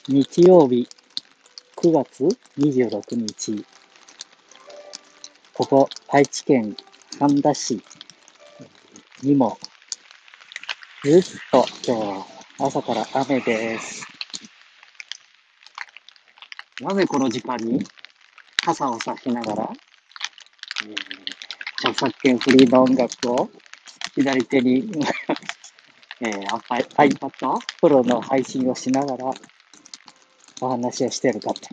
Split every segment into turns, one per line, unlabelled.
日曜日、9月26日、ここ、愛知県半田市にも、ずっと今日は朝から雨です。なぜこの時間に傘を差しながら、著作権フリーの音楽を左手に、iPad Pro の配信をしながらお話をしているかと。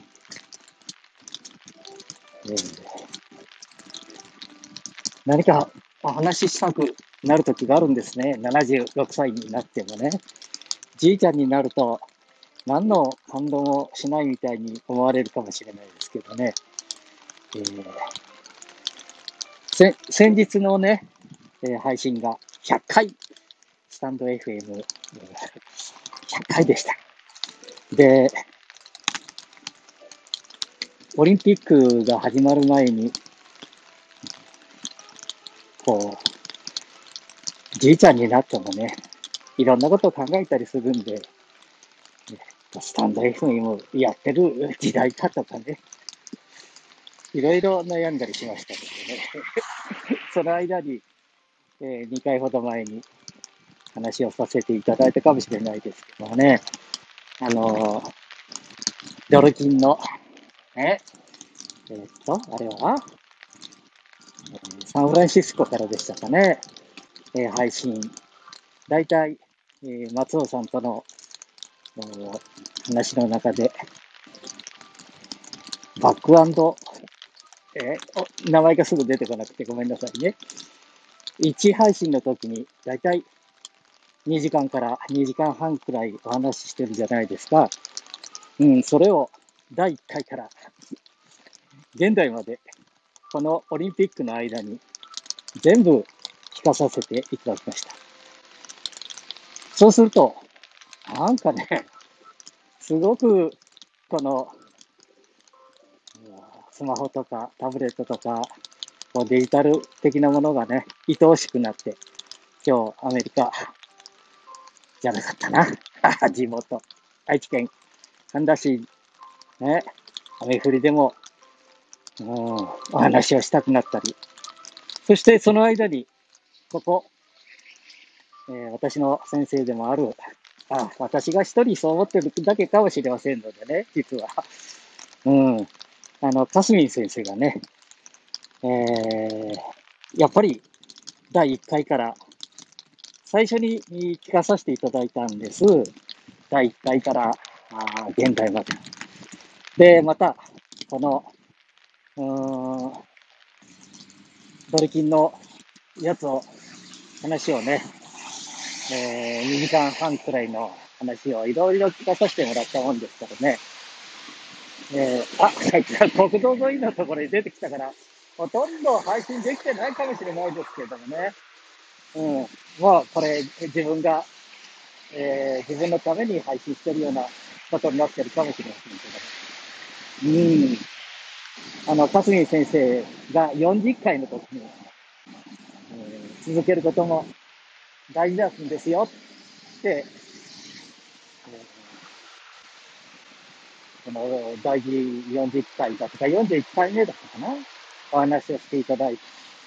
何かお話ししたくなる時があるんですね。76歳になってもね。じいちゃんになると何の感動もしないみたいに思われるかもしれないですけどね。先日のね、配信が100回、スタンド FM100 回でした。で、オリンピックが始まる前に、じいちゃんになってもね、いろんなことを考えたりするんで、スタンド FM やってる時代かとかね、いろいろ悩んだりしましたけどね。その間に、2回ほど前に話をさせていただいたかもしれないですけどね、ドル金の、あれは、サンフランシスコからでしたかね、配信。だいたい、松尾さんとの話の中で、バックアンド、名前がすぐ出てこなくてごめんなさいね。1配信の時にだいたい2時間から2時間半くらいお話ししてるじゃないですか。それを第1回から現代までこのオリンピックの間に全部聞かさせていただきました。そうすると、なんかね、すごくこのスマホとかタブレットとかデジタル的なものがね、愛おしくなって、今日アメリカじゃなかったな。地元、愛知県半田市、ね、雨降りでも、お話をしたくなったり、そしてその間に、ここ、私の先生でもある、私が一人そう思ってるだけかもしれませんのでね、実は。かすみん先生がね、やっぱり第1回から最初に聞かさせていただいたんです。第1回から現在まで。で、また、この、ドルキンのやつを、話をね、2時間半くらいの話をいろいろ聞かさせてもらったもんですからね。国道沿いのところに出てきたから、ほとんど配信できてないかもしれないですけどもね。もうこれ自分が、自分のために配信してるようなことになってるかもしれませんけど。かすみ先生が40回の時に、続けることも大事なんですよって、この第40回だとか41回目だったかな、お話をしていただいて、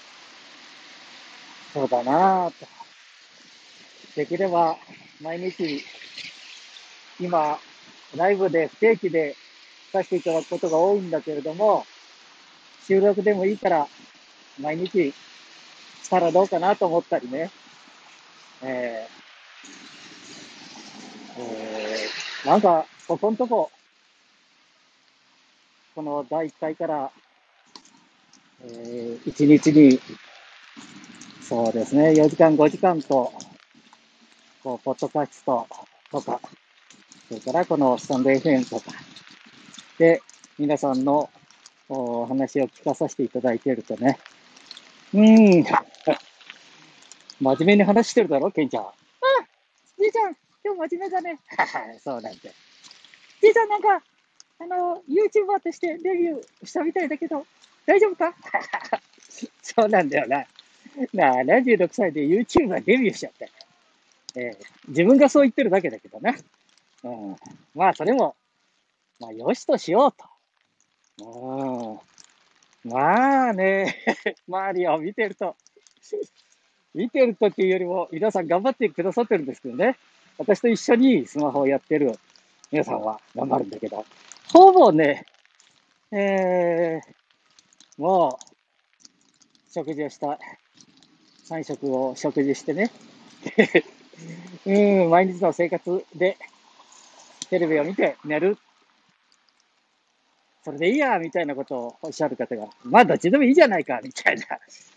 そうだなぁと。できれば毎日、今、ライブで不定期でさせていただくことが多いんだけれども、収録でもいいから毎日したらどうかなと思ったりね。なんか、ここのとこ、この第1回から、1日に、そうですね、4時間、5時間と、ポッドキャストとか、それからこのスタンド FM とか、で、皆さんのお話を聞かさせていただいているとね、真面目に話してるだろ、ケンちゃん。じいちゃん、今日真面目だね。そうなんだよ。じいちゃんなんか、YouTuber としてデビューしたみたいだけど、大丈夫か？そうなんだよな。76歳で YouTuber デビューしちゃったよ。自分がそう言ってるだけだけどな。まあ、それもまあ、よしとしようと。まあね、周りを見てるとっていうよりも、皆さん頑張ってくださってるんですけどね。私と一緒にスマホをやってる皆さんは頑張るんだけど、ほぼね、もう、食事をした、3食を食事してね、毎日の生活でテレビを見て寝る。それでいいや、みたいなことをおっしゃる方が、まあ、どっちでもいいじゃないか、みたいな。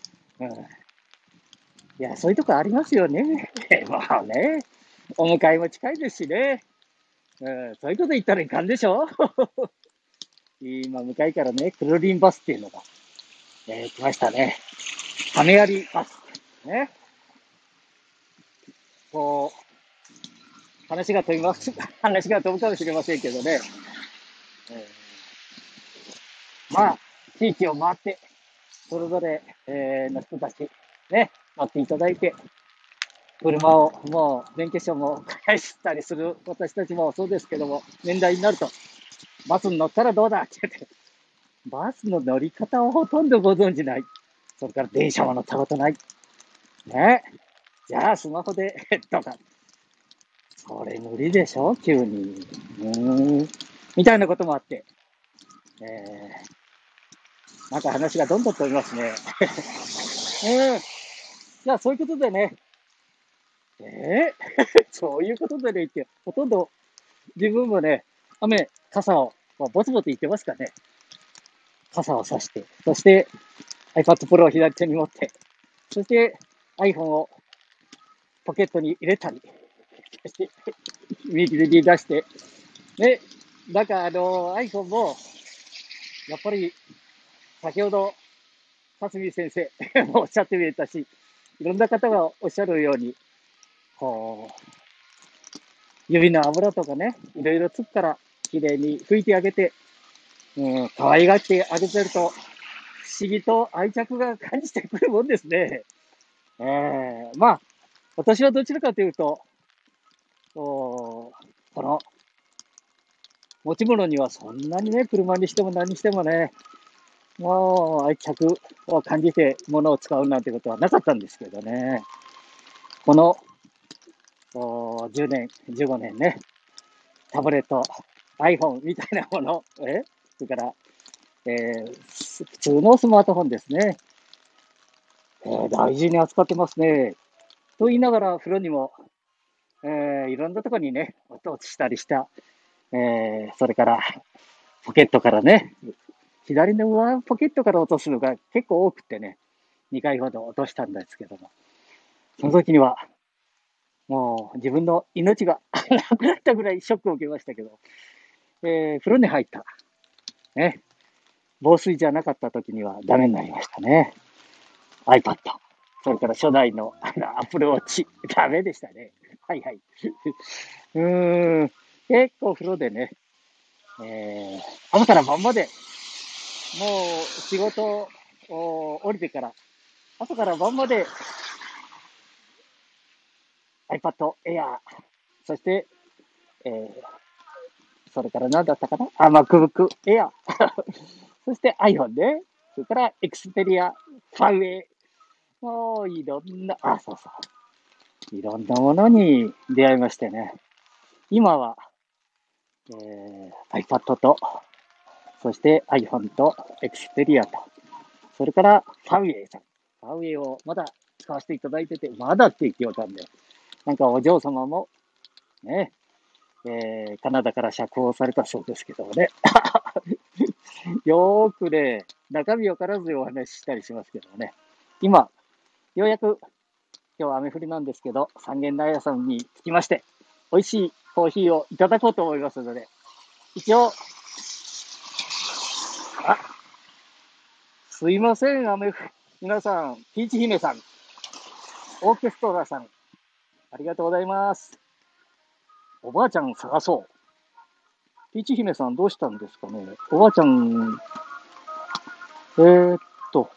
いや、そういうとこありますよね。まあね、お迎えも近いですしね。そういうこと言ったらいかんでしょ。今、向かいからね、クルリンバスっていうのが、来ましたね。亀有バス。ね。こう、話が飛ぶかもしれませんけどね。えまあ、地域を回って、それぞれ、の人たち、ね、乗っていただいて、車をもう免許証も返したりする私たちもそうですけども、年代になると、バスに乗ったらどうだって言って、バスの乗り方をほとんどご存じない。それから電車も乗ったことない。ね。じゃあスマホでとか、それ無理でしょ急に。みたいなこともあって、なんか話がどんどん飛びますね。じゃあそういうことでね、そういうことでねって、ほとんど自分もね、傘を、ぼつぼつ言ってますかね。傘を差して、そして iPad Pro を左手に持って、そして iPhone をポケットに入れたり、そして右手に出して、ね、なんかiPhone も、やっぱり先ほど、辰巳先生もおっしゃってくれたし、いろんな方がおっしゃるように、こう、指の油とかね、いろいろつくから、きれいに拭いてあげて、可愛がってあげてると、不思議と愛着が感じてくるもんですね。まあ、私はどちらかというと、この持ち物にはそんなにね、車にしても何にしてもね、もう愛着を感じて物を使うなんてことはなかったんですけどね。この10年、15年ね、タブレット、iPhone みたいなもの、それから、普通のスマートフォンですね。大事に扱ってますね。と言いながら、風呂にも、いろんなところにね、落としたりした、それから、ポケットからね、左の上ポケットから落とすのが結構多くてね、2回ほど落としたんですけども、その時には、もう自分の命がなくなったぐらいショックを受けましたけど、風呂に入った、ね、防水じゃなかった時にはダメになりましたね。iPad。それから初代のApple Watch。ダメでしたね。はいはい。結構風呂でね、朝から晩まで、もう仕事を降りてから、朝から晩まで iPad Air、そして、えー、それから何だったかなMacBook Air、そして iPhone ね、それから Xperia、ファウェイ、もういろんな、そうそう。いろんなものに出会いましてね。今は、iPad と、そして iPhone と Xperia と、それからファウェイさん。ファウェイをまだ使わせていただいてて、まだって言ってたんで、なんかお嬢様もね、カナダから釈放されたそうですけどもね。よーくね、中身わからずお話ししたりしますけどもね。今、ようやく今日は雨降りなんですけど、三軒茶屋さんに着きまして、美味しいコーヒーをいただこうと思いますので、一応、あ、すいません、皆さん、ピーチ姫さん、オーケストラさん、ありがとうございます。おばあちゃん探そう。ピーチ姫さんどうしたんですかね。おばあちゃん、ーっと、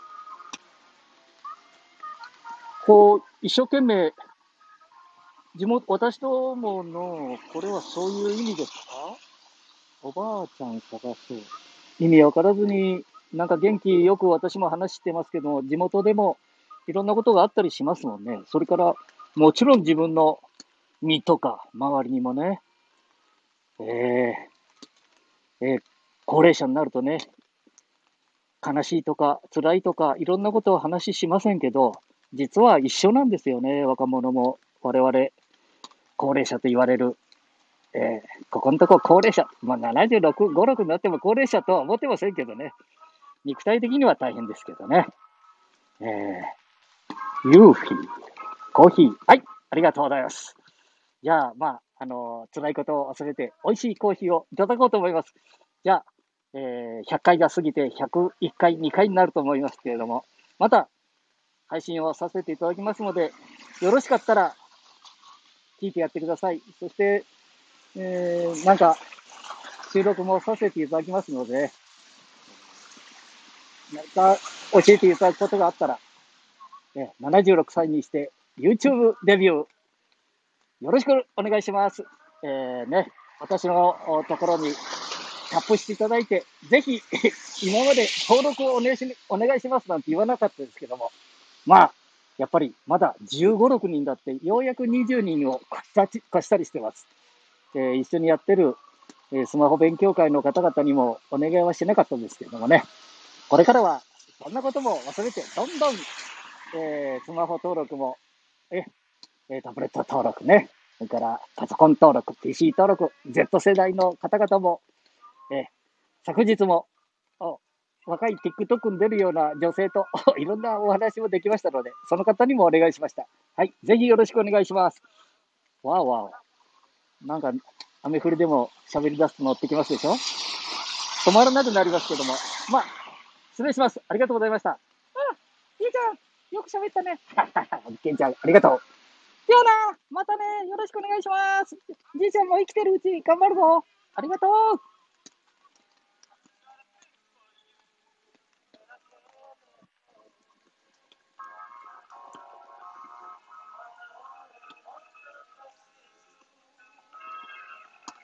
一生懸命、私どもの、これはそういう意味ですかおばあちゃん探そう。意味わからずに、なんか元気よく私も話してますけど、地元でもいろんなことがあったりしますもんね。それから、もちろん自分の身とか周りにもね、え高齢者になるとね、悲しいとか辛いとかいろんなことを話しませんけど、実は一緒なんですよね、若者も我々、高齢者と言われる。ここのとこ高齢者、まあ、76、5、6になっても高齢者とは思ってませんけどね、肉体的には大変ですけどね。えユーフィー、コーヒー、はい、ありがとうございます。じゃあ、まあ、辛いことを忘れて、美味しいコーヒーをいただこうと思います。じゃあ、100回が過ぎて101回、2回になると思いますけれども、また配信をさせていただきますので、よろしかったら聞いてやってください。そして、なんか収録もさせていただきますので、何か教えていただくことがあったら、76歳にして YouTube デビューよろしくお願いします。私のところにタップしていただいて、ぜひ今まで登録をお願いしますなんて言わなかったですけども、まあ、やっぱりまだ15、6人だって、ようやく20人を越したりしてます。一緒にやってる、スマホ勉強会の方々にもお願いはしなかったんですけれどもね、これからはそんなことも忘れて、どんどん、スマホ登録も、タブレット登録ね、それからパソコン登録、PC 登録、Z 世代の方々も、昨日も、若い TikTok に出るような女性といろんなお話もできましたので、その方にもお願いしました。はい、ぜひよろしくお願いします。わおわお。なんか、雨降りでも喋り出すと乗ってきますでしょ。止まらなくなりますけども。まあ、失礼します。ありがとうございました。いいじゃん。よく喋ったね。ケンちゃん、ありがとう。じゃあな、またね、よろしくお願いします。じいちゃんも生きてるうち頑張るぞ。ありがとう。